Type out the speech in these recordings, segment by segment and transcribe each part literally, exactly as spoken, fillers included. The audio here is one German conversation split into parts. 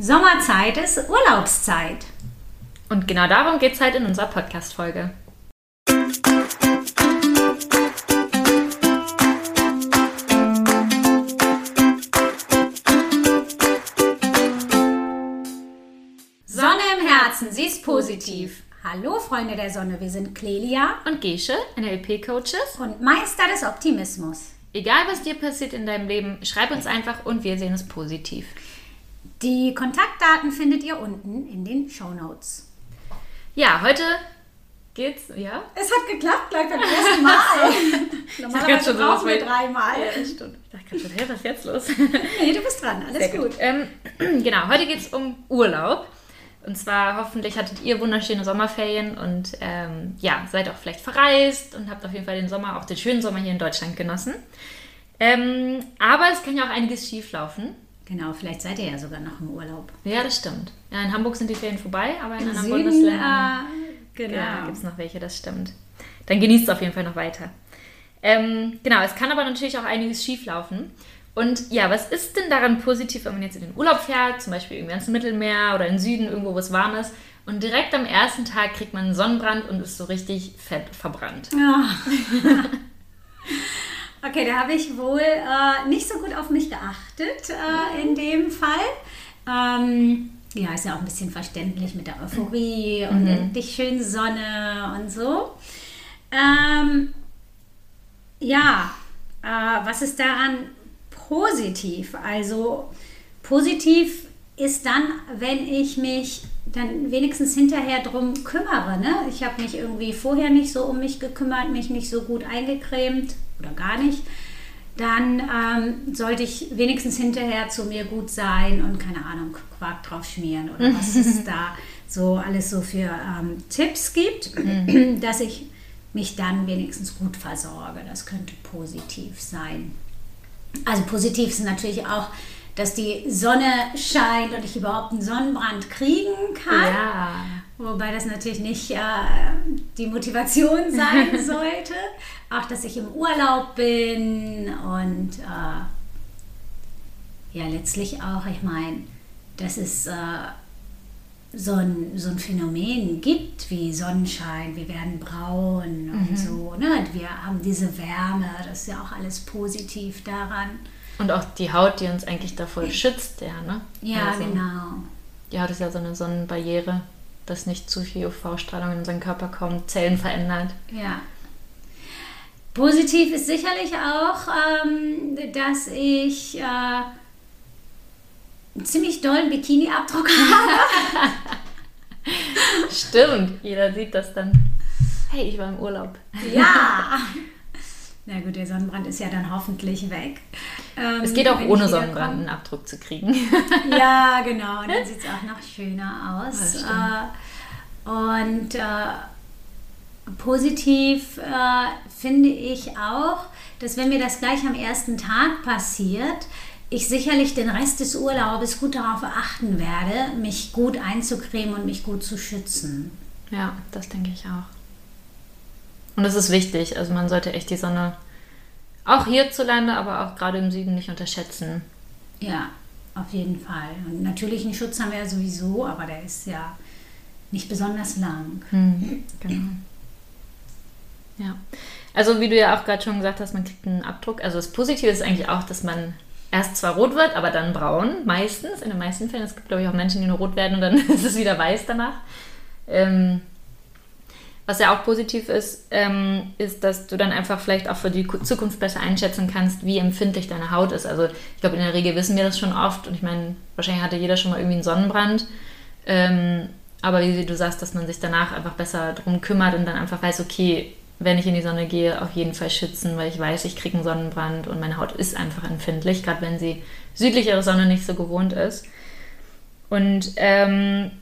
Sommerzeit ist Urlaubszeit. Und genau darum geht es halt in unserer Podcast-Folge. Sonne im Herzen, sie ist positiv. Hallo Freunde der Sonne, wir sind Clelia und Gesche, N L P-Coaches und Meister des Optimismus. Egal, was dir passiert in deinem Leben, schreib uns einfach und wir sehen es positiv. Die Kontaktdaten findet ihr unten in den Shownotes. Ja, heute geht's, ja? Es hat geklappt, gleich beim ersten Mal. Normalerweise brauchen wir dreimal. Ja, das stimmt. Ich dachte gerade schon, hey, was ist jetzt los? Nee, du bist dran, alles Sehr gut. gut. Ähm, genau, heute geht's um Urlaub. Und zwar hoffentlich hattet ihr wunderschöne Sommerferien und ähm, ja, seid auch vielleicht verreist und habt auf jeden Fall den Sommer, auch den schönen Sommer hier in Deutschland genossen. Ähm, aber es kann ja auch einiges schief laufen. Genau, vielleicht seid ihr ja sogar noch im Urlaub. Ja, das stimmt. Ja, in Hamburg sind die Ferien vorbei, aber in Im anderen Süden, Bundesländern äh, genau. ja, gibt es noch welche, das stimmt. Dann genießt es auf jeden Fall noch weiter. Ähm, genau, es kann aber natürlich auch einiges schief laufen. Und ja, was ist denn daran positiv, wenn man jetzt in den Urlaub fährt, zum Beispiel irgendwie ans Mittelmeer oder in den Süden, irgendwo, wo es warm ist, und direkt am ersten Tag kriegt man einen Sonnenbrand und ist so richtig fett verbrannt. Ja. Okay, da habe ich wohl äh, nicht so gut auf mich geachtet äh, in dem Fall. Ähm, ja, ist ja auch ein bisschen verständlich mit der Euphorie und Mhm. endlich schön Sonne und so. Ähm, ja, äh, was ist daran positiv? Also positiv ist dann, wenn ich mich dann wenigstens hinterher drum kümmere. Ne? Ich habe mich irgendwie vorher nicht so um mich gekümmert, mich nicht so gut eingecremt oder gar nicht. Dann ähm, sollte ich wenigstens hinterher zu mir gut sein und keine Ahnung, Quark drauf schmieren oder was es da so alles so für ähm, Tipps gibt, Mhm. dass ich mich dann wenigstens gut versorge. Das könnte positiv sein. Also positiv ist natürlich auch, dass die Sonne scheint und ich überhaupt einen Sonnenbrand kriegen kann. Ja. Wobei das natürlich nicht äh, die Motivation sein sollte. Auch, dass ich im Urlaub bin und äh, ja, letztlich auch, ich meine, dass es äh, so, ein, so ein Phänomen gibt wie Sonnenschein, wir werden braun und Mhm. so. Ne? Wir haben diese Wärme, das ist ja auch alles positiv daran. Und auch die Haut, die uns eigentlich davor schützt, ja, ne? Ja, Also, genau. Die Haut ist ja so eine Sonnenbarriere, dass nicht zu viel U V-Strahlung in unseren Körper kommt, Zellen verändert. Ja. Positiv ist sicherlich auch, ähm, dass ich äh, einen ziemlich dollen Bikini-Abdruck habe. Stimmt, jeder sieht das dann. Hey, ich war im Urlaub. Ja. Na gut, der Sonnenbrand ist ja dann hoffentlich weg. Ähm, Es geht auch wenn ohne ich Sonnenbrand wiederkomme. einen Abdruck zu kriegen. Ja, genau. Und dann sieht es auch noch schöner aus. Das stimmt. Äh, und äh, positiv äh, finde ich auch, dass wenn mir das gleich am ersten Tag passiert, ich sicherlich den Rest des Urlaubes gut darauf achten werde, mich gut einzucremen und mich gut zu schützen. Ja, das denke ich auch. Und das ist wichtig. Also man sollte echt die Sonne auch hierzulande, aber auch gerade im Süden nicht unterschätzen. Ja, auf jeden Fall. Und natürlichen Schutz haben wir ja sowieso, aber der ist ja nicht besonders lang. Hm, genau. Ja. Also wie du ja auch gerade schon gesagt hast, man kriegt einen Abdruck. Also das Positive ist eigentlich auch, dass man erst zwar rot wird, aber dann braun, meistens, in den meisten Fällen. Es gibt, glaube ich, auch Menschen, die nur rot werden und dann ist es wieder weiß danach. Ähm, was ja auch positiv ist, ähm, ist, dass du dann einfach vielleicht auch für die Zukunft besser einschätzen kannst, wie empfindlich deine Haut ist. Also ich glaube, in der Regel wissen wir das schon oft und ich meine, wahrscheinlich hatte jeder schon mal irgendwie einen Sonnenbrand. Ähm, aber wie du sagst, dass man sich danach einfach besser drum kümmert und dann einfach weiß, okay, wenn ich in die Sonne gehe, auf jeden Fall schützen, weil ich weiß, ich kriege einen Sonnenbrand und meine Haut ist einfach empfindlich, gerade wenn sie südlichere Sonne nicht so gewohnt ist. Und ähm,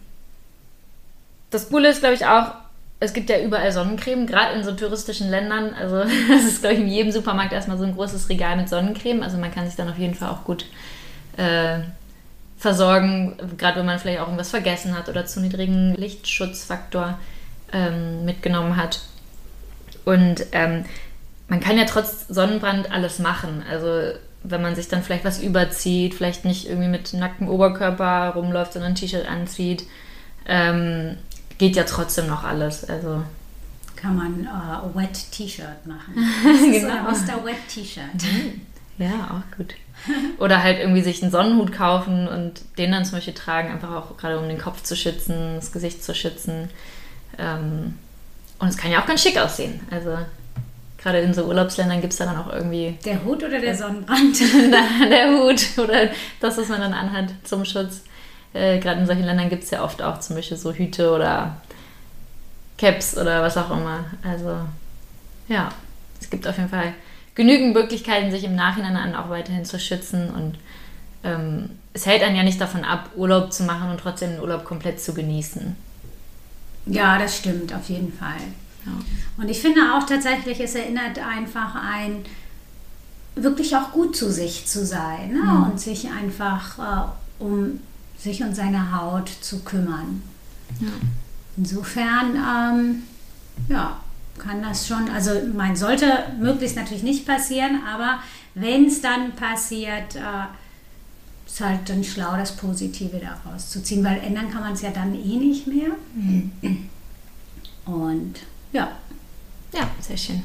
das Coole ist, glaube ich, auch, es gibt ja überall Sonnencreme, gerade in so touristischen Ländern. Also es ist, glaube ich, in jedem Supermarkt erstmal so ein großes Regal mit Sonnencreme. Also man kann sich dann auf jeden Fall auch gut äh, versorgen, gerade wenn man vielleicht auch irgendwas vergessen hat oder zu niedrigen Lichtschutzfaktor ähm, mitgenommen hat. Und ähm, man kann ja trotz Sonnenbrand alles machen. Also wenn man sich dann vielleicht was überzieht, vielleicht nicht irgendwie mit nacktem Oberkörper rumläuft, sondern ein T-Shirt anzieht, ähm, geht ja trotzdem noch alles. Also kann man äh, Wet T-Shirt machen. Das ist genau. Äh, Mister Wet T-Shirt. Ja, auch gut. Oder halt irgendwie sich einen Sonnenhut kaufen und den dann zum Beispiel tragen, einfach auch gerade um den Kopf zu schützen, das Gesicht zu schützen. Ähm, und es kann ja auch ganz schick aussehen. Also gerade in so Urlaubsländern gibt es da dann auch irgendwie... Der Hut oder der Sonnenbrand? Der Hut oder das, was man dann anhat zum Schutz. Äh, gerade in solchen Ländern gibt es ja oft auch zum Beispiel so Hüte oder Caps oder was auch immer. Also ja, es gibt auf jeden Fall genügend Möglichkeiten, sich im Nachhinein dann auch weiterhin zu schützen. Und ähm, es hält einen ja nicht davon ab, Urlaub zu machen und trotzdem den Urlaub komplett zu genießen. Ja, das stimmt, auf jeden Fall. Ja. Und ich finde auch tatsächlich, es erinnert einfach ein, wirklich auch gut zu sich zu sein, ne? Mhm. Und sich einfach äh, um sich und seine Haut zu kümmern. Ja. Insofern, ähm, ja, kann das schon, also man sollte möglichst natürlich nicht passieren, aber wenn es dann passiert, äh, ist halt dann schlau, das Positive daraus zu ziehen, weil ändern kann man es ja dann eh nicht mehr. Mhm. Und ja. Ja, sehr schön.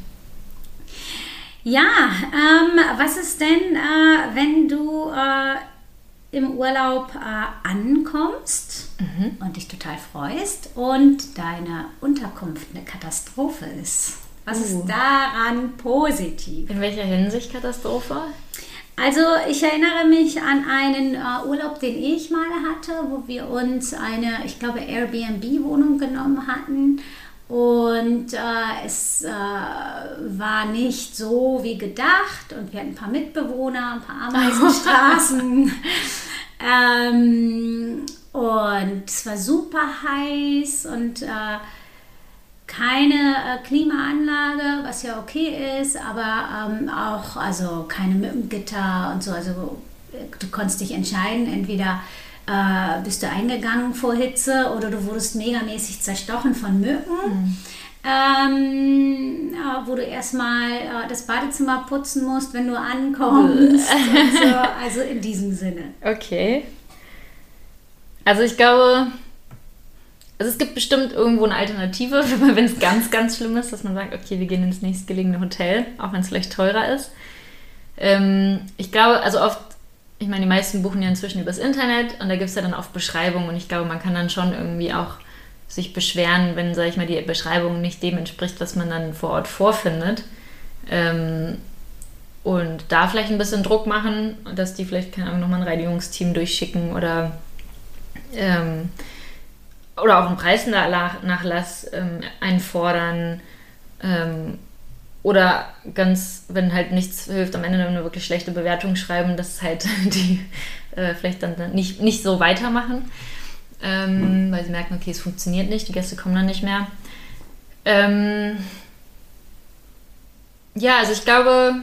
Ja, ähm, was ist denn, äh, wenn du äh, im Urlaub äh, ankommst mhm. und dich total freust und deine Unterkunft eine Katastrophe ist? Was uh. ist daran positiv? In welcher Hinsicht Katastrophe? Also ich erinnere mich an einen äh, Urlaub, den ich mal hatte, wo wir uns eine, ich glaube, Airbnb-Wohnung genommen hatten. Und äh, es äh, war nicht so wie gedacht und wir hatten ein paar Mitbewohner, ein paar Ameisenstraßen ähm, und es war super heiß und äh, keine äh, Klimaanlage, was ja okay ist, aber ähm, auch also keine Mückengitter und so, also du konntest dich entscheiden, entweder Äh, bist du eingegangen vor Hitze oder du wurdest megamäßig zerstochen von Mücken, mhm. ähm, ja, wo du erstmal äh, das Badezimmer putzen musst, wenn du ankommst. und so. Also in diesem Sinne. Okay. Also ich glaube, also es gibt bestimmt irgendwo eine Alternative, wenn es ganz, ganz schlimm ist, dass man sagt, okay, wir gehen ins nächstgelegene Hotel, auch wenn es vielleicht teurer ist. Ähm, ich glaube, also oft Ich meine, die meisten buchen ja inzwischen übers Internet und da gibt es ja dann oft Beschreibungen und ich glaube, man kann dann schon irgendwie auch sich beschweren, wenn, sag ich mal, die Beschreibung nicht dem entspricht, was man dann vor Ort vorfindet. Ähm, und da vielleicht ein bisschen Druck machen, dass die vielleicht, keine Ahnung, nochmal ein Reinigungsteam durchschicken oder, ähm, oder auch einen Preisnachlass ähm, einfordern. Ähm, Oder ganz, wenn halt nichts hilft, am Ende eine wirklich schlechte Bewertung schreiben, dass halt die äh, vielleicht dann nicht, nicht so weitermachen, ähm, weil sie merken, okay, es funktioniert nicht, die Gäste kommen dann nicht mehr. Ähm, ja, also ich glaube,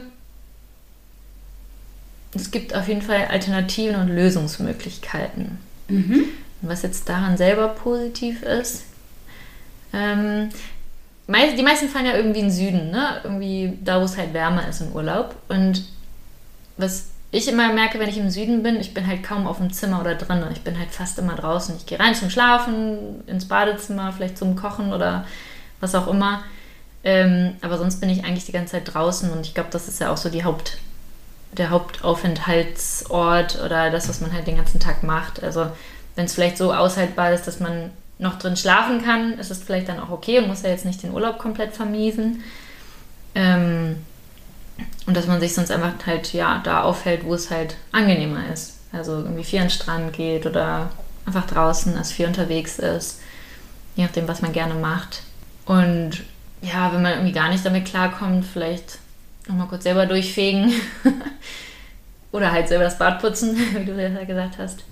es gibt auf jeden Fall Alternativen und Lösungsmöglichkeiten. Mhm. Und was jetzt daran selber positiv ist, ähm, die meisten fahren ja irgendwie in den Süden, ne? Irgendwie da, wo es halt wärmer ist im Urlaub. Und was ich immer merke, wenn ich im Süden bin, ich bin halt kaum auf dem Zimmer oder drin. Ich bin halt fast immer draußen. Ich gehe rein zum Schlafen, ins Badezimmer, vielleicht zum Kochen oder was auch immer. Ähm, aber sonst bin ich eigentlich die ganze Zeit draußen und ich glaube, das ist ja auch so die Haupt, der Hauptaufenthaltsort oder das, was man halt den ganzen Tag macht. Also wenn es vielleicht so aushaltbar ist, dass man noch drin schlafen kann, ist es vielleicht dann auch okay und muss ja jetzt nicht den Urlaub komplett vermiesen. Ähm, und dass man sich sonst einfach halt ja da aufhält, wo es halt angenehmer ist. Also irgendwie viel an den Strand geht oder einfach draußen ist, viel unterwegs ist, je nachdem, was man gerne macht. Und ja, wenn man irgendwie gar nicht damit klarkommt, vielleicht nochmal kurz selber durchfegen oder halt selber das Bad putzen, wie du ja gesagt hast.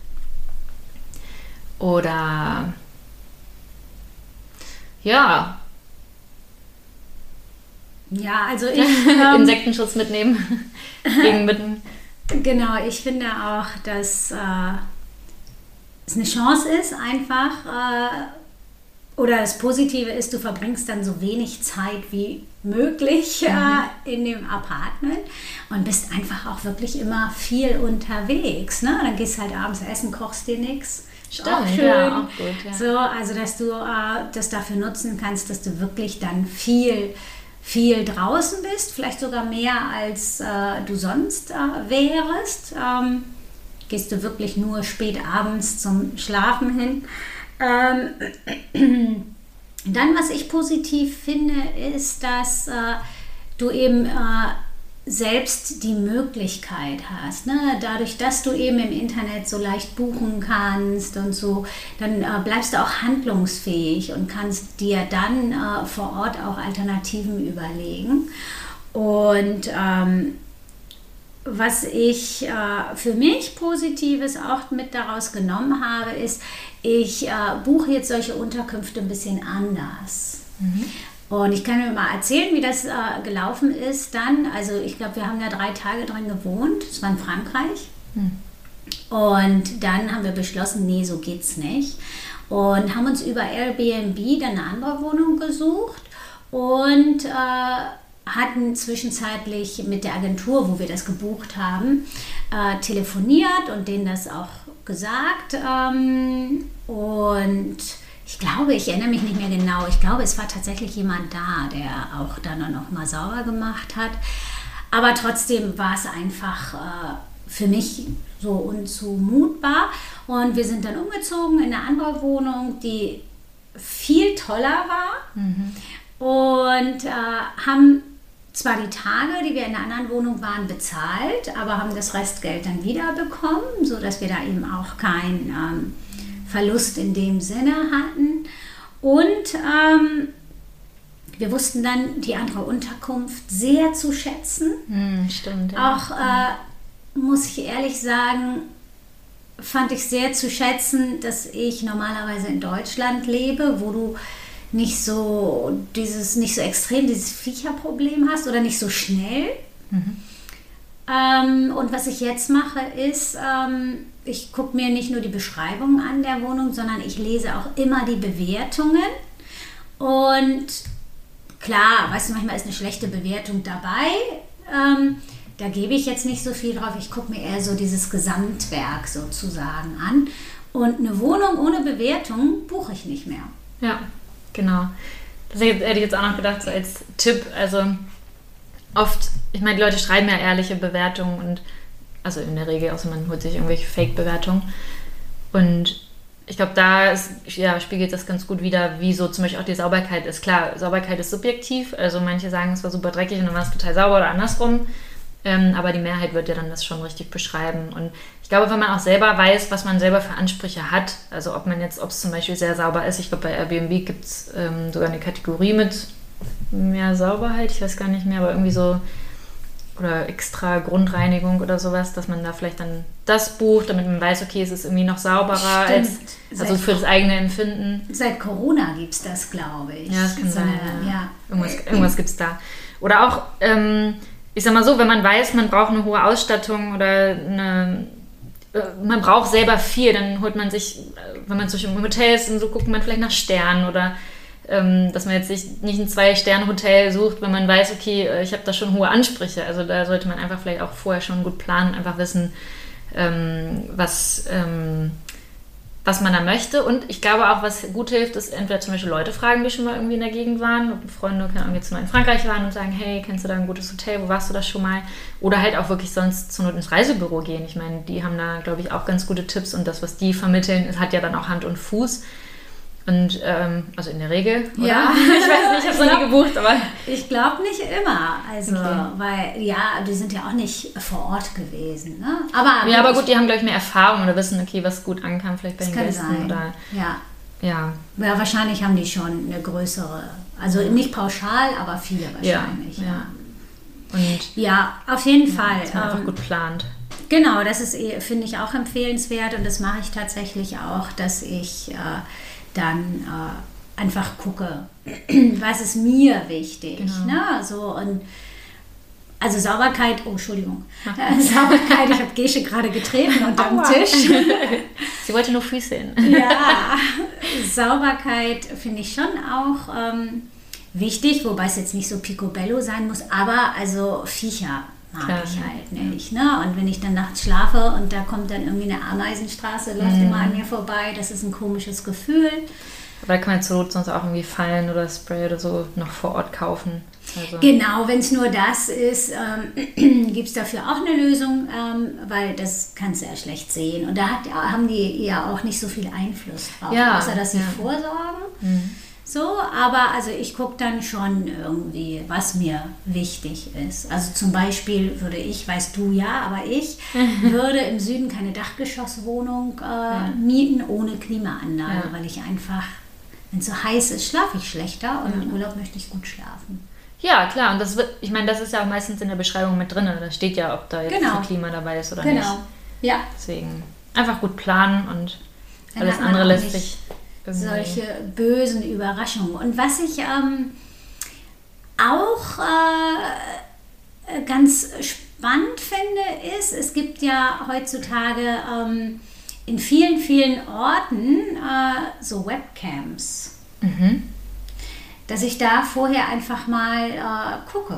Oder ja. Ja, also ich... Ähm, Insektenschutz mitnehmen gegen Mücken. Genau, ich finde auch, dass äh, es eine Chance ist, einfach äh, oder das Positive ist, du verbringst dann so wenig Zeit wie möglich mhm. äh, in dem Apartment und bist einfach auch wirklich immer viel unterwegs. Ne? Dann gehst halt abends essen, kochst dir nichts. Stimmt, auch schön. Ja, auch gut, ja. So, also dass du äh, das dafür nutzen kannst, dass du wirklich dann viel, viel draußen bist, vielleicht sogar mehr als äh, du sonst äh, wärst. Ähm, gehst du wirklich nur spät abends zum Schlafen hin. Ähm, dann, was ich positiv finde, ist, dass äh, du eben äh, selbst die Möglichkeit hast, ne? Dadurch, dass du eben im Internet so leicht buchen kannst und so, dann äh, bleibst du auch handlungsfähig und kannst dir dann äh, vor Ort auch Alternativen überlegen. Und ähm, was ich äh, für mich Positives auch mit daraus genommen habe, ist, ich äh, buche jetzt solche Unterkünfte ein bisschen anders. Mhm. Und ich kann mir mal erzählen, wie das äh, gelaufen ist dann. Also ich glaube, wir haben da drei Tage drin gewohnt. Das war in Frankreich. Mhm. Und dann haben wir beschlossen, nee, so geht's nicht. Und haben uns über Airbnb dann eine andere Wohnung gesucht und äh, hatten zwischenzeitlich mit der Agentur, wo wir das gebucht haben, äh, telefoniert und denen das auch gesagt. Ähm, und ich glaube, ich erinnere mich nicht mehr genau. Ich glaube, es war tatsächlich jemand da, der auch dann noch mal sauber gemacht hat. Aber trotzdem war es einfach äh, für mich so unzumutbar. Und wir sind dann umgezogen in eine andere Wohnung, die viel toller war. Mhm. Und äh, haben zwar die Tage, die wir in der anderen Wohnung waren, bezahlt, aber haben das Restgeld dann wieder bekommen, sodass wir da eben auch keinen ähm, Verlust in dem Sinne hatten. Und ähm, wir wussten dann die andere Unterkunft sehr zu schätzen. Hm, stimmt. Ja. Auch, äh, muss ich ehrlich sagen, fand ich sehr zu schätzen, dass ich normalerweise in Deutschland lebe, wo du nicht so dieses, nicht so extrem dieses Viecherproblem hast oder nicht so schnell. Mhm. Ähm, und was ich jetzt mache, ist, ähm, ich gucke mir nicht nur die Beschreibung an der Wohnung, sondern ich lese auch immer die Bewertungen. Und klar, weißt du, manchmal ist eine schlechte Bewertung dabei. Ähm, da gebe ich jetzt nicht so viel drauf. Ich gucke mir eher so dieses Gesamtwerk sozusagen an. Und eine Wohnung ohne Bewertung buche ich nicht mehr. Ja. Genau. Das hätte ich jetzt auch noch gedacht, so als Tipp. Also oft, ich meine, die Leute schreiben ja ehrliche Bewertungen und also in der Regel, außer man holt sich irgendwelche Fake-Bewertungen. Und ich glaube, da ist, ja, spiegelt das ganz gut wider, wie so zum Beispiel auch die Sauberkeit ist. Klar, Sauberkeit ist subjektiv. Also manche sagen, es war super dreckig und dann war es total sauber oder andersrum. Ähm, aber die Mehrheit wird ja dann das schon richtig beschreiben. Und ich glaube, wenn man auch selber weiß, was man selber für Ansprüche hat, also ob man jetzt, ob es zum Beispiel sehr sauber ist, ich glaube, bei Airbnb gibt es ähm, sogar eine Kategorie mit mehr Sauberheit, ich weiß gar nicht mehr, aber irgendwie so, oder extra Grundreinigung oder sowas, dass man da vielleicht dann das bucht, damit man weiß, okay, es ist irgendwie noch sauberer, als, also für das eigene Empfinden. Seit Corona gibt es das, glaube ich. Ja, das kann sein. Ja. Ja. Irgendwas, irgendwas gibt es da. Oder auch, ähm, ich sag mal so, wenn man weiß, man braucht eine hohe Ausstattung oder eine, man braucht selber viel, dann holt man sich, wenn man zum Beispiel im Hotel ist und so, guckt man vielleicht nach Sternen oder ähm, dass man jetzt nicht, nicht ein Zwei-Sterne-Hotel sucht, wenn man weiß, okay, ich habe da schon hohe Ansprüche. Also da sollte man einfach vielleicht auch vorher schon gut planen, einfach wissen, ähm, was, ähm, was man da möchte. Und ich glaube auch, was gut hilft, ist entweder zum Beispiel Leute fragen, die schon mal irgendwie in der Gegend waren. Freunde können jetzt mal in Frankreich waren und sagen, hey, kennst du da ein gutes Hotel? Wo warst du da schon mal? Oder halt auch wirklich sonst zur Not ins Reisebüro gehen. Ich meine, die haben da, glaube ich, auch ganz gute Tipps. Und das, was die vermitteln, ist, hat ja dann auch Hand und Fuß. Und, ähm, also in der Regel, oder? Ja. Ich weiß nicht, ich habe es noch nie gebucht, aber... Ich glaube nicht immer, also, okay. Weil, ja, die sind ja auch nicht vor Ort gewesen, ne? Aber, ja, aber gut, die haben, glaube ich, mehr Erfahrung oder wissen, okay, was gut ankam vielleicht bei den kann Gästen. Sein. Oder, ja. ja. Ja, wahrscheinlich haben die schon eine größere, also nicht pauschal, aber viele wahrscheinlich, ja. ja. ja. Und ja, auf jeden ja, Fall. dass man einfach ähm, gut plant. Genau, das ist, finde ich, auch empfehlenswert und das mache ich tatsächlich auch, dass ich äh, dann äh, einfach gucke, was ist mir wichtig. Genau. Ne? So, und also Sauberkeit, oh Entschuldigung, äh, Sauberkeit, ich habe Gesche gerade getreten unterm Aua. Tisch. Sie wollte nur Füße hin. Ja, Sauberkeit finde ich schon auch ähm, wichtig, wobei es jetzt nicht so picobello sein muss, aber also Viecher mag Klar, ich halt nicht. Ne? Und wenn ich dann nachts schlafe und da kommt dann irgendwie eine Ameisenstraße, läuft mhm. immer an mir vorbei, das ist ein komisches Gefühl. Aber da kann man zur Not sonst auch irgendwie Fallen oder Spray oder so noch vor Ort kaufen. Also. Genau, wenn es nur das ist, ähm, gibt es dafür auch eine Lösung, ähm, weil das kannst du ja schlecht sehen. Und da hat, haben die ja auch nicht so viel Einfluss drauf, ja, außer dass sie ja. vorsorgen. Mhm. So, aber also ich gucke dann schon irgendwie, was mir wichtig ist. Also zum Beispiel würde ich, weißt du ja, aber ich würde im Süden keine Dachgeschosswohnung äh, ja. mieten ohne Klimaanlage, ja. weil ich einfach, wenn es so heiß ist, schlafe ich schlechter und ja. im Urlaub möchte ich gut schlafen. Ja, klar, und das wird, ich meine, das ist ja auch meistens in der Beschreibung mit drin. Da steht ja, ob da jetzt genau. ein Klima dabei ist oder genau. nicht. Genau, ja. Deswegen einfach gut planen und Dann alles andere lässt sich irgendwie... solche bösen Überraschungen. Und was ich ähm, auch äh, ganz spannend finde, ist, es gibt ja heutzutage ähm, in vielen, vielen Orten äh, so Webcams. Mhm. Dass ich da vorher einfach mal äh, gucke.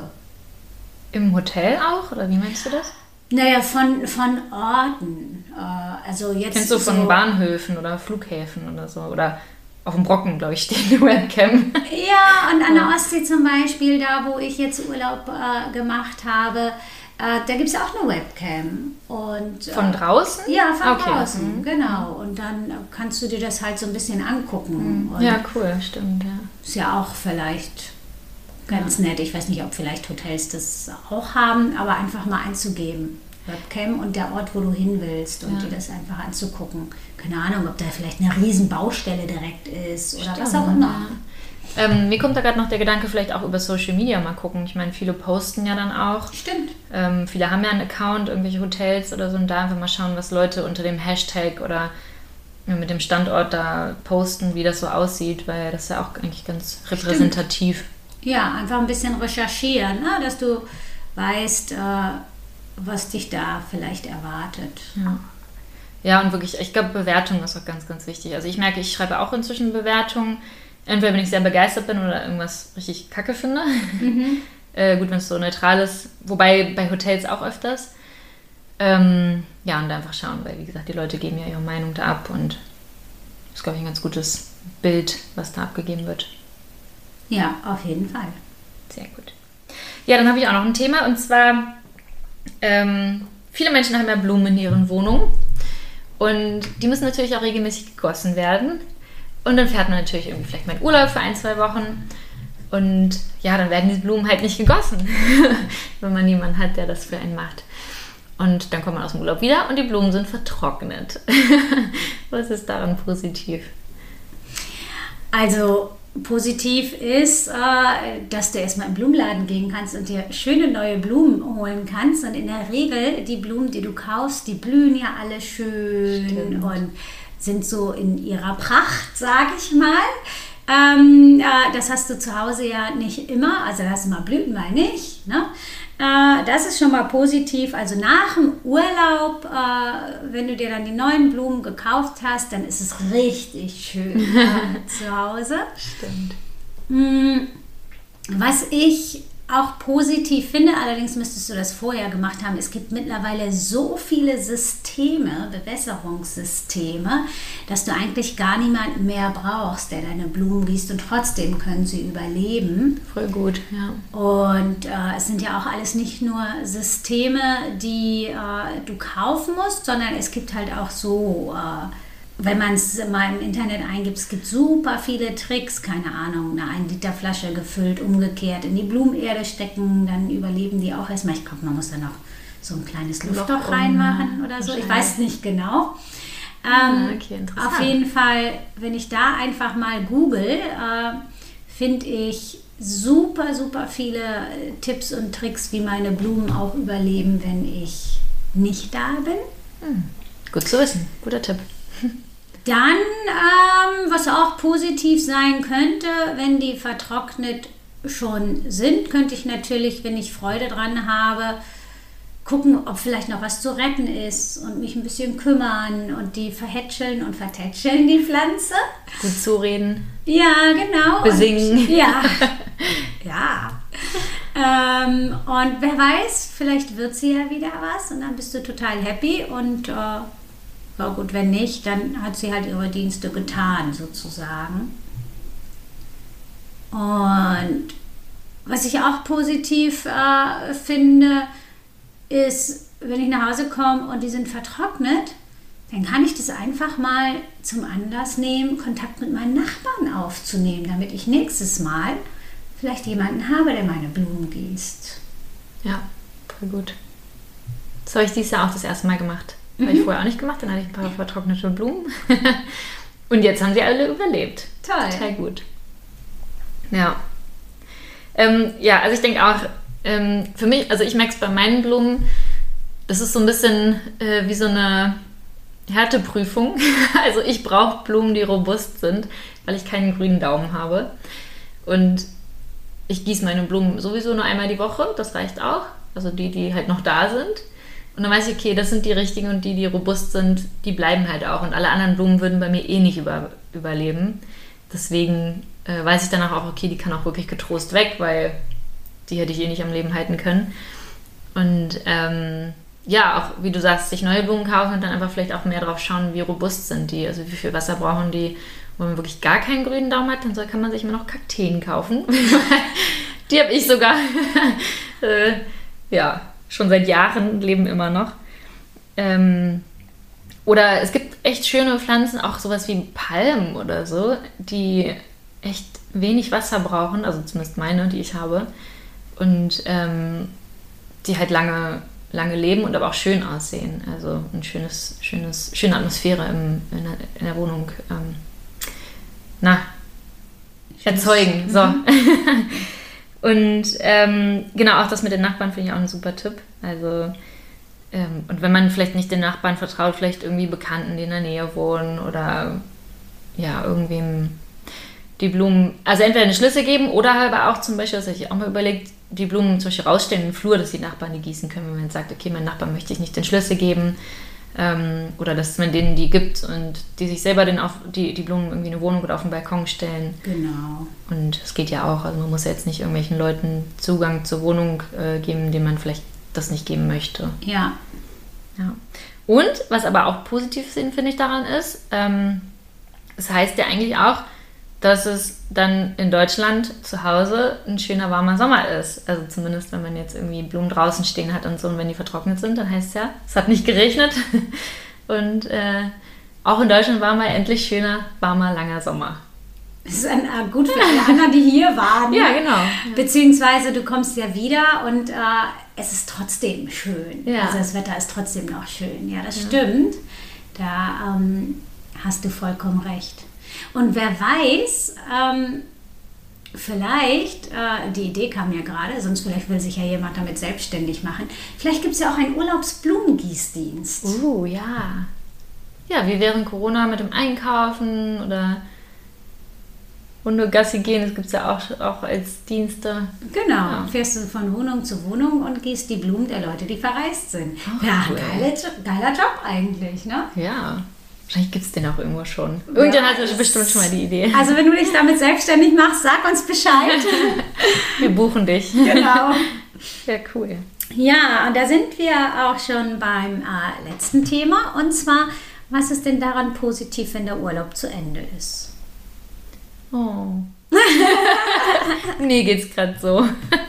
Im Hotel auch? Oder wie meinst du das? Naja, von, von Orten. Äh, also jetzt Kennst du von so Bahnhöfen oder Flughäfen oder so? Oder auf dem Brocken, glaube ich, steht eine Webcam. Ja, und an der Ostsee zum Beispiel, da wo ich jetzt Urlaub äh, gemacht habe, äh, da gibt es auch eine Webcam. Und, äh, von draußen? Ja, von okay. draußen, mhm. genau. Und dann kannst du dir das halt so ein bisschen angucken. Mhm. Und ja, cool, stimmt, ja. Ist ja auch vielleicht ganz ja. nett. Ich weiß nicht, ob vielleicht Hotels das auch haben, aber einfach mal einzugeben. Webcam und der Ort, wo du hin willst und ja. dir das einfach anzugucken. Keine Ahnung, ob da vielleicht eine riesen Baustelle direkt ist oder Stimmt, was auch immer. Ja. Ähm, mir kommt da gerade noch der Gedanke, vielleicht auch über Social Media mal gucken. Ich meine, viele posten ja dann auch. Stimmt. Ähm, viele haben ja einen Account, irgendwelche Hotels oder so, und da einfach mal schauen, was Leute unter dem Hashtag oder mit dem Standort da posten, wie das so aussieht, weil das ist ja auch eigentlich ganz repräsentativ. Stimmt. Ja, einfach ein bisschen recherchieren, ne? Dass du weißt, äh, was dich da vielleicht erwartet. Ja. Ja, und wirklich, ich glaube, Bewertung ist auch ganz, ganz wichtig. Also ich merke, ich schreibe auch inzwischen Bewertungen. Entweder wenn ich sehr begeistert bin oder irgendwas richtig kacke finde. Mhm. äh, gut, wenn es so neutral ist. Wobei bei Hotels auch öfters. Ähm, ja, und einfach schauen, weil wie gesagt, die Leute geben ja ihre Meinung da ab und das ist, glaube ich, ein ganz gutes Bild, was da abgegeben wird. Ja, auf jeden Fall. Sehr gut. Ja, dann habe ich auch noch ein Thema, und zwar ähm, viele Menschen haben ja Blumen in ihren Wohnungen und die müssen natürlich auch regelmäßig gegossen werden. Und dann fährt man natürlich irgendwie vielleicht mal in Urlaub für ein, zwei Wochen und ja, dann werden die Blumen halt nicht gegossen, wenn man niemanden hat, der das für einen macht. Und dann kommt man aus dem Urlaub wieder und die Blumen sind vertrocknet. Was ist daran positiv? Also positiv ist, äh, dass du erstmal im Blumenladen gehen kannst und dir schöne neue Blumen holen kannst. Und in der Regel, die Blumen, die du kaufst, die blühen ja alle schön. Stimmt. Und sind so in ihrer Pracht, sage ich mal. Ähm, äh, das hast du zu Hause ja nicht immer. Also da hast du mal Blüten, mal nicht. Ne? Äh, das ist schon mal positiv. Also nach dem Urlaub, äh, wenn du dir dann die neuen Blumen gekauft hast, dann ist es richtig schön äh, zu Hause. Stimmt. Mm, was ich auch positiv finde, allerdings müsstest du das vorher gemacht haben, es gibt mittlerweile so viele Systeme, Bewässerungssysteme, dass du eigentlich gar niemanden mehr brauchst, der deine Blumen gießt, und trotzdem können sie überleben. Voll gut, ja. Und äh, es sind ja auch alles nicht nur Systeme, die äh, du kaufen musst, sondern es gibt halt auch so... Äh, wenn man es mal im Internet eingibt, es gibt super viele Tricks, keine Ahnung, eine ein Liter Flasche gefüllt, umgekehrt in die Blumenerde stecken, dann überleben die auch erstmal. Ich glaube, man muss da noch so ein kleines Luftloch reinmachen oder so, ich weiß nicht genau. Ähm, ja, okay, interessant. Auf jeden Fall, wenn ich da einfach mal google, äh, finde ich super, super viele Tipps und Tricks, wie meine Blumen auch überleben, wenn ich nicht da bin. Hm. Gut zu wissen, guter Tipp. Dann, ähm, was auch positiv sein könnte, wenn die vertrocknet schon sind, könnte ich natürlich, wenn ich Freude dran habe, gucken, ob vielleicht noch was zu retten ist und mich ein bisschen kümmern und die verhätscheln und vertätscheln, die Pflanze. Gut zureden. Ja, genau. Besingen. Und, ja, ja. Ähm, und wer weiß, vielleicht wird sie ja wieder was und dann bist du total happy und äh, ja gut, wenn nicht, dann hat sie halt ihre Dienste getan, sozusagen. Und was ich auch positiv äh, finde, ist, wenn ich nach Hause komme und die sind vertrocknet, dann kann ich das einfach mal zum Anlass nehmen, Kontakt mit meinen Nachbarn aufzunehmen, damit ich nächstes Mal vielleicht jemanden habe, der meine Blumen gießt. Ja, voll gut. Das habe ich dieses Jahr auch das erste Mal gemacht. Das habe ich vorher auch nicht gemacht, dann hatte ich ein paar vertrocknete Blumen. Und jetzt haben sie alle überlebt. Toll. Total gut. Ja. Ähm, ja, also ich denke auch, ähm, für mich, also ich merke es bei meinen Blumen, das ist so ein bisschen äh, wie so eine Härteprüfung. Also ich brauche Blumen, die robust sind, weil ich keinen grünen Daumen habe. Und ich gieße meine Blumen sowieso nur einmal die Woche, das reicht auch. Also die, die halt noch da sind. Und dann weiß ich, okay, das sind die richtigen und die, die robust sind, die bleiben halt auch. Und alle anderen Blumen würden bei mir eh nicht über, überleben. Deswegen äh, weiß ich danach auch, okay, die kann auch wirklich getrost weg, weil die hätte ich eh nicht am Leben halten können. Und ähm, ja, auch wie du sagst, sich neue Blumen kaufen und dann einfach vielleicht auch mehr drauf schauen, wie robust sind die, also wie viel Wasser brauchen die. Wenn man wirklich gar keinen grünen Daumen hat, dann soll, kann man sich immer noch Kakteen kaufen. Die habe ich sogar äh, ja, schon seit Jahren, leben immer noch. Ähm, oder es gibt echt schöne Pflanzen, auch sowas wie Palmen oder so, die echt wenig Wasser brauchen, also zumindest meine, die ich habe. Und ähm, die halt lange, lange leben und aber auch schön aussehen. Also ein schönes, schönes, schöne Atmosphäre im, in, der, in der Wohnung ähm, na, erzeugen. So. Und ähm, genau, auch das mit den Nachbarn finde ich auch ein super Tipp. Also ähm, und wenn man vielleicht nicht den Nachbarn vertraut, vielleicht irgendwie Bekannten, die in der Nähe wohnen oder ja, irgendwem die Blumen, also entweder eine Schlüssel geben oder aber auch zum Beispiel, das habe ich auch mal überlegt, die Blumen zum Beispiel rausstellen im Flur, dass die Nachbarn die gießen können, wenn man sagt, okay, meinen Nachbarn möchte ich nicht den Schlüssel geben ähm, oder dass man denen die gibt und die sich selber den auf, die, die Blumen irgendwie in eine Wohnung oder auf den Balkon stellen. Genau. Und es geht ja auch, also man muss ja jetzt nicht irgendwelchen Leuten Zugang zur Wohnung äh, geben, denen man vielleicht das nicht geben möchte. Ja. Ja. Und was aber auch positiv finde ich daran ist, ähm, es heißt ja eigentlich auch, dass es dann in Deutschland zu Hause ein schöner warmer Sommer ist. Also zumindest, wenn man jetzt irgendwie Blumen draußen stehen hat und so und wenn die vertrocknet sind, dann heißt es ja, es hat nicht geregnet. Und äh, auch in Deutschland war mal endlich schöner, warmer, langer Sommer. Das ist ein, äh, gut für alle anderen, die hier waren. Ja, genau. Beziehungsweise du kommst ja wieder und äh, es ist trotzdem schön. Ja. Also das Wetter ist trotzdem noch schön. Ja, das Ja. stimmt. Da ähm, hast du vollkommen recht. Und wer weiß, ähm, vielleicht, äh, die Idee kam ja gerade, sonst vielleicht will sich ja jemand damit selbstständig machen, vielleicht gibt es ja auch einen Urlaubsblumengießdienst. Uh, ja. Ja, wie während Corona mit dem Einkaufen oder Hundegassi gehen, das gibt es ja auch, auch als Dienste. Genau, Ja. fährst du von Wohnung zu Wohnung und gießt die Blumen der Leute, die verreist sind. Ach, Ja, cool. geiler, geiler Job eigentlich, ne? Ja. Wahrscheinlich gibt es den auch irgendwo schon. Irgendjemand Ja, hatte bestimmt schon mal die Idee. Also wenn du dich damit selbstständig machst, sag uns Bescheid. Wir buchen dich. Genau. Ja, cool. Ja, und da sind wir auch schon beim äh, letzten Thema. Und zwar, was ist denn daran positiv, wenn der Urlaub zu Ende ist? Oh. Mir geht's gerade so.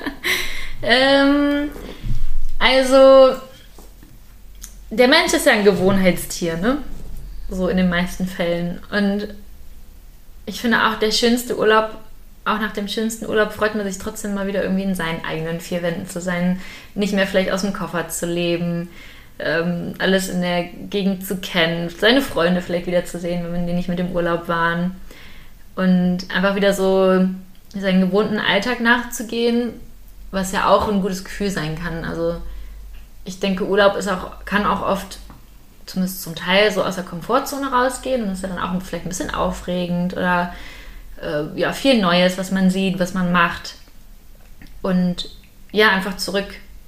ähm, also, der Mensch ist ja ein Gewohnheitstier, ne? So in den meisten Fällen. Und ich finde auch, der schönste Urlaub, auch nach dem schönsten Urlaub freut man sich trotzdem mal wieder irgendwie in seinen eigenen vier Wänden zu sein, nicht mehr vielleicht aus dem Koffer zu leben, ähm, alles in der Gegend zu kennen, seine Freunde vielleicht wieder zu sehen, wenn die nicht mit im Urlaub waren. Und einfach wieder so seinen gewohnten Alltag nachzugehen, was ja auch ein gutes Gefühl sein kann. Also ich denke, Urlaub ist auch, kann auch oft, zumindest zum Teil, so aus der Komfortzone rausgehen und das ist ja dann auch vielleicht ein bisschen aufregend oder äh, ja, viel Neues, was man sieht, was man macht. Und ja, einfach zurück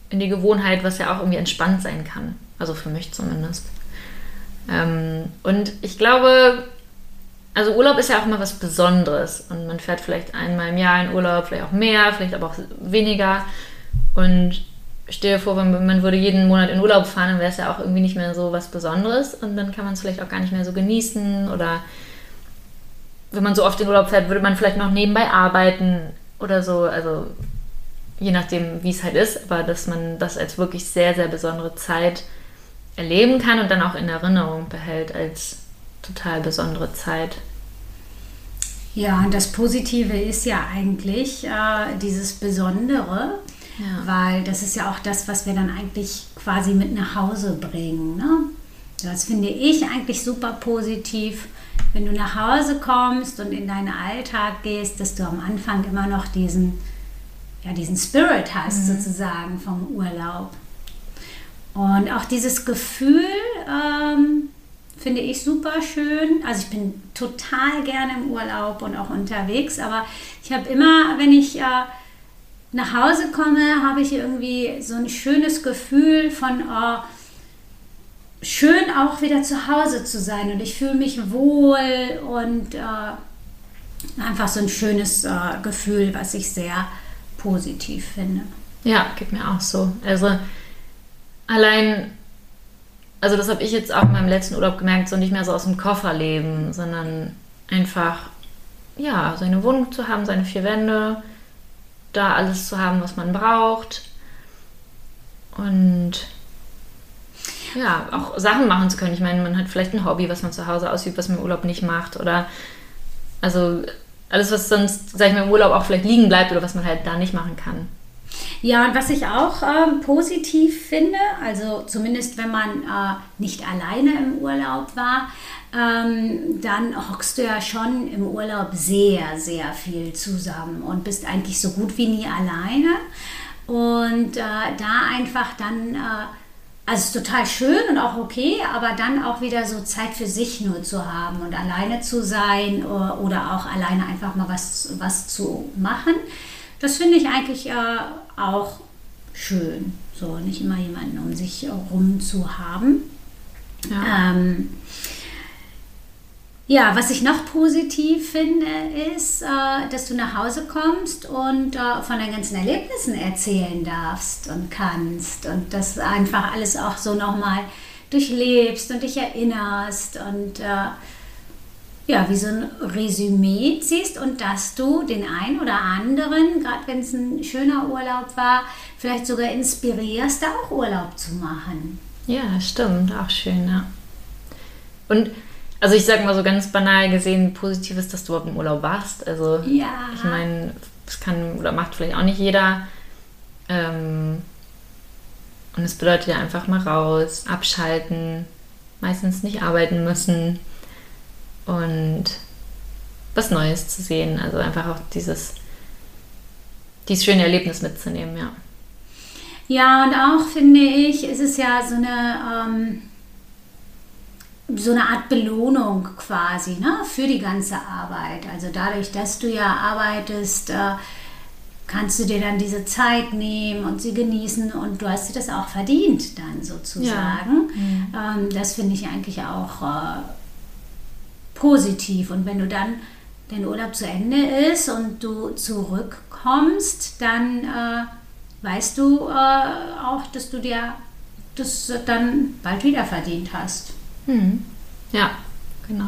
in die Gewohnheit, was ja auch irgendwie entspannt sein kann. Also für mich zumindest. Ähm, und ich glaube, also Urlaub ist ja auch immer was Besonderes. Und man fährt vielleicht einmal im Jahr in Urlaub, vielleicht auch mehr, vielleicht aber auch weniger. Und stell dir vor, wenn man würde jeden Monat in Urlaub fahren, dann wäre es ja auch irgendwie nicht mehr so was Besonderes. Und dann kann man es vielleicht auch gar nicht mehr so genießen. Oder wenn man so oft in Urlaub fährt, würde man vielleicht noch nebenbei arbeiten oder so. Also je nachdem, wie es halt ist. Aber dass man das als wirklich sehr, sehr besondere Zeit erleben kann und dann auch in Erinnerung behält als total besondere Zeit. Ja, und das Positive ist ja eigentlich äh, dieses Besondere, ja. Weil das ist ja auch das, was wir dann eigentlich quasi mit nach Hause bringen. Ne? Das finde ich eigentlich super positiv, wenn du nach Hause kommst und in deinen Alltag gehst, dass du am Anfang immer noch diesen, ja, diesen Spirit hast, mhm. sozusagen vom Urlaub. Und auch dieses Gefühl ähm, finde ich super schön. Also ich bin total gerne im Urlaub und auch unterwegs, aber ich habe immer, wenn ich äh, nach Hause komme, habe ich irgendwie so ein schönes Gefühl von oh, schön auch wieder zu Hause zu sein und ich fühle mich wohl und äh, einfach so ein schönes äh, Gefühl, was ich sehr positiv finde. Ja, geht mir auch so. Also allein, also das habe ich jetzt auch in meinem letzten Urlaub gemerkt, so nicht mehr so aus dem Koffer leben, sondern einfach, ja, seine Wohnung zu haben, seine vier Wände, da alles zu haben, was man braucht und ja, auch Sachen machen zu können. Ich meine, man hat vielleicht ein Hobby, was man zu Hause ausübt, was man im Urlaub nicht macht oder also alles, was sonst, sag ich mal, im Urlaub auch vielleicht liegen bleibt oder was man halt da nicht machen kann. Ja, und was ich auch ähm, positiv finde, also zumindest wenn man äh, nicht alleine im Urlaub war, ähm, dann hockst du ja schon im Urlaub sehr, sehr viel zusammen und bist eigentlich so gut wie nie alleine. Und äh, da einfach dann, äh, also es ist total schön und auch okay, aber dann auch wieder so Zeit für sich nur zu haben und alleine zu sein oder, oder auch alleine einfach mal was, was zu machen. Das finde ich eigentlich äh, auch schön, so nicht immer jemanden um sich herum zu haben. Ja. Ähm, ja, was ich noch positiv finde, ist, äh, dass du nach Hause kommst und äh, von deinen ganzen Erlebnissen erzählen darfst und kannst und das einfach alles auch so nochmal durchlebst und dich erinnerst und äh, ja, wie so ein Resümee ziehst und dass du den einen oder anderen, gerade wenn es ein schöner Urlaub war, vielleicht sogar inspirierst, da auch Urlaub zu machen. Ja, stimmt, auch schön, ja. Und also ich sag mal so ganz banal gesehen, positiv ist, dass du überhaupt im Urlaub warst. Also ja. Ich meine, das kann oder macht vielleicht auch nicht jeder. Ähm, und es bedeutet ja einfach mal raus, abschalten, meistens nicht arbeiten müssen. Und was Neues zu sehen, also einfach auch dieses, dieses schöne Erlebnis mitzunehmen, ja. Ja, und auch finde ich, ist es ja so eine, ähm, so eine Art Belohnung quasi, ne, für die ganze Arbeit. Also dadurch, dass du ja arbeitest, äh, kannst du dir dann diese Zeit nehmen und sie genießen und du hast dir das auch verdient dann sozusagen. Ja. Mhm. Ähm, das finde ich eigentlich auch äh, positiv und wenn du dann dein Urlaub zu Ende ist und du zurückkommst, dann äh, weißt du äh, auch, dass du dir das dann bald wieder verdient hast. Hm. Ja, genau.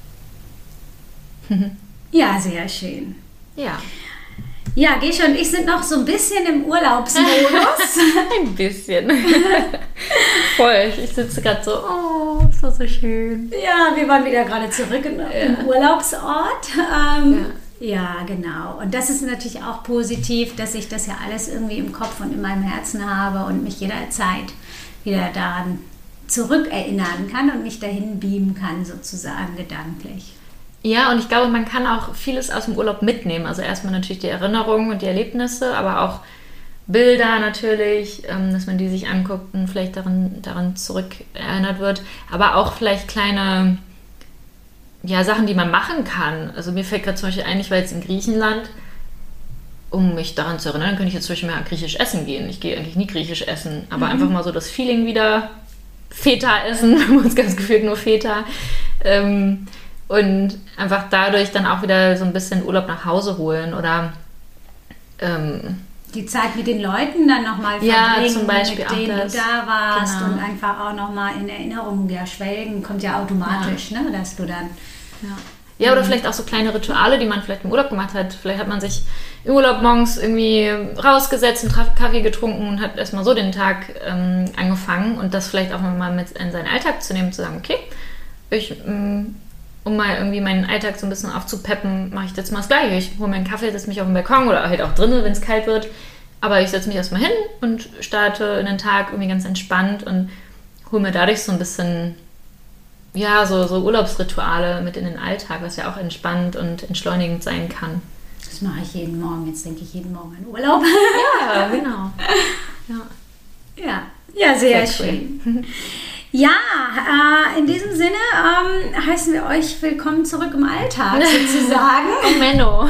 Ja, sehr schön. Ja. Ja, Gesche und ich sind noch so ein bisschen im Urlaubsmodus. Ein bisschen. Voll. Ich sitze gerade so, oh, ist das so schön. Ja, wir waren wieder gerade zurück im, ja. im Urlaubsort. Ähm, ja. ja, genau. Und das ist natürlich auch positiv, dass ich das ja alles irgendwie im Kopf und in meinem Herzen habe und mich jederzeit wieder daran zurückerinnern kann und mich dahin beamen kann, sozusagen gedanklich. Ja, und ich glaube, man kann auch vieles aus dem Urlaub mitnehmen. Also erstmal natürlich die Erinnerungen und die Erlebnisse, aber auch Bilder natürlich, dass man die sich anguckt und vielleicht daran, daran zurückerinnert wird. Aber auch vielleicht kleine ja, Sachen, die man machen kann. Also mir fällt gerade zum Beispiel ein, ich war jetzt in Griechenland um mich daran zu erinnern, könnte ich jetzt zum Beispiel mal griechisch essen gehen. Ich gehe eigentlich nie griechisch essen, aber Mhm. einfach mal so das Feeling wieder Feta essen, wir haben uns ganz gefühlt nur Feta. Ähm, und einfach dadurch dann auch wieder so ein bisschen Urlaub nach Hause holen oder ähm, die Zeit mit den Leuten dann nochmal Ja, verbringen, zum Beispiel mit auch denen das. du da warst Genau. und einfach auch nochmal in Erinnerung ja schwelgen, kommt ja automatisch, ne, dass du dann... Ja. ja, oder vielleicht auch so kleine Rituale, die man vielleicht im Urlaub gemacht hat. Vielleicht hat man sich im Urlaub morgens irgendwie rausgesetzt, einen Tra- Kaffee getrunken und hat erstmal so den Tag ähm, angefangen und das vielleicht auch mal mit in seinen Alltag zu nehmen, zu sagen, okay, ich, ähm, um mal irgendwie meinen Alltag so ein bisschen aufzupeppen, mache ich jetzt mal das Gleiche. Ich hole mir einen Kaffee, setze mich auf den Balkon oder halt auch drinnen, wenn es kalt wird. Aber ich setze mich erstmal hin und starte in den Tag irgendwie ganz entspannt und hole mir dadurch so ein bisschen... Ja, so, so Urlaubsrituale mit in den Alltag, was ja auch entspannt und entschleunigend sein kann. Das mache ich jeden Morgen. Jetzt denke ich jeden Morgen an Urlaub. Ja, genau. Ja, Ja, ja, sehr, Sehr cool. schön. Ja, äh, in diesem Sinne ähm, heißen wir euch willkommen zurück im Alltag sozusagen oh Menno.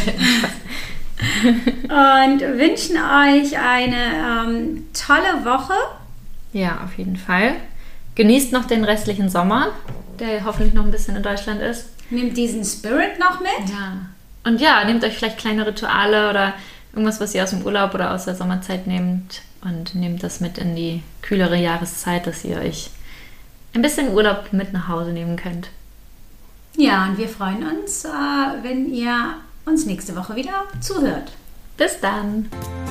und wünschen euch eine ähm, tolle Woche. Ja, auf jeden Fall. Genießt noch den restlichen Sommer, der hoffentlich noch ein bisschen in Deutschland ist. Nehmt diesen Spirit noch mit. Ja. Und ja, nehmt euch vielleicht kleine Rituale oder irgendwas, was ihr aus dem Urlaub oder aus der Sommerzeit nehmt und nehmt das mit in die kühlere Jahreszeit, dass ihr euch ein bisschen Urlaub mit nach Hause nehmen könnt. Ja, und wir freuen uns, äh, wenn ihr uns nächste Woche wieder zuhört. Bis dann!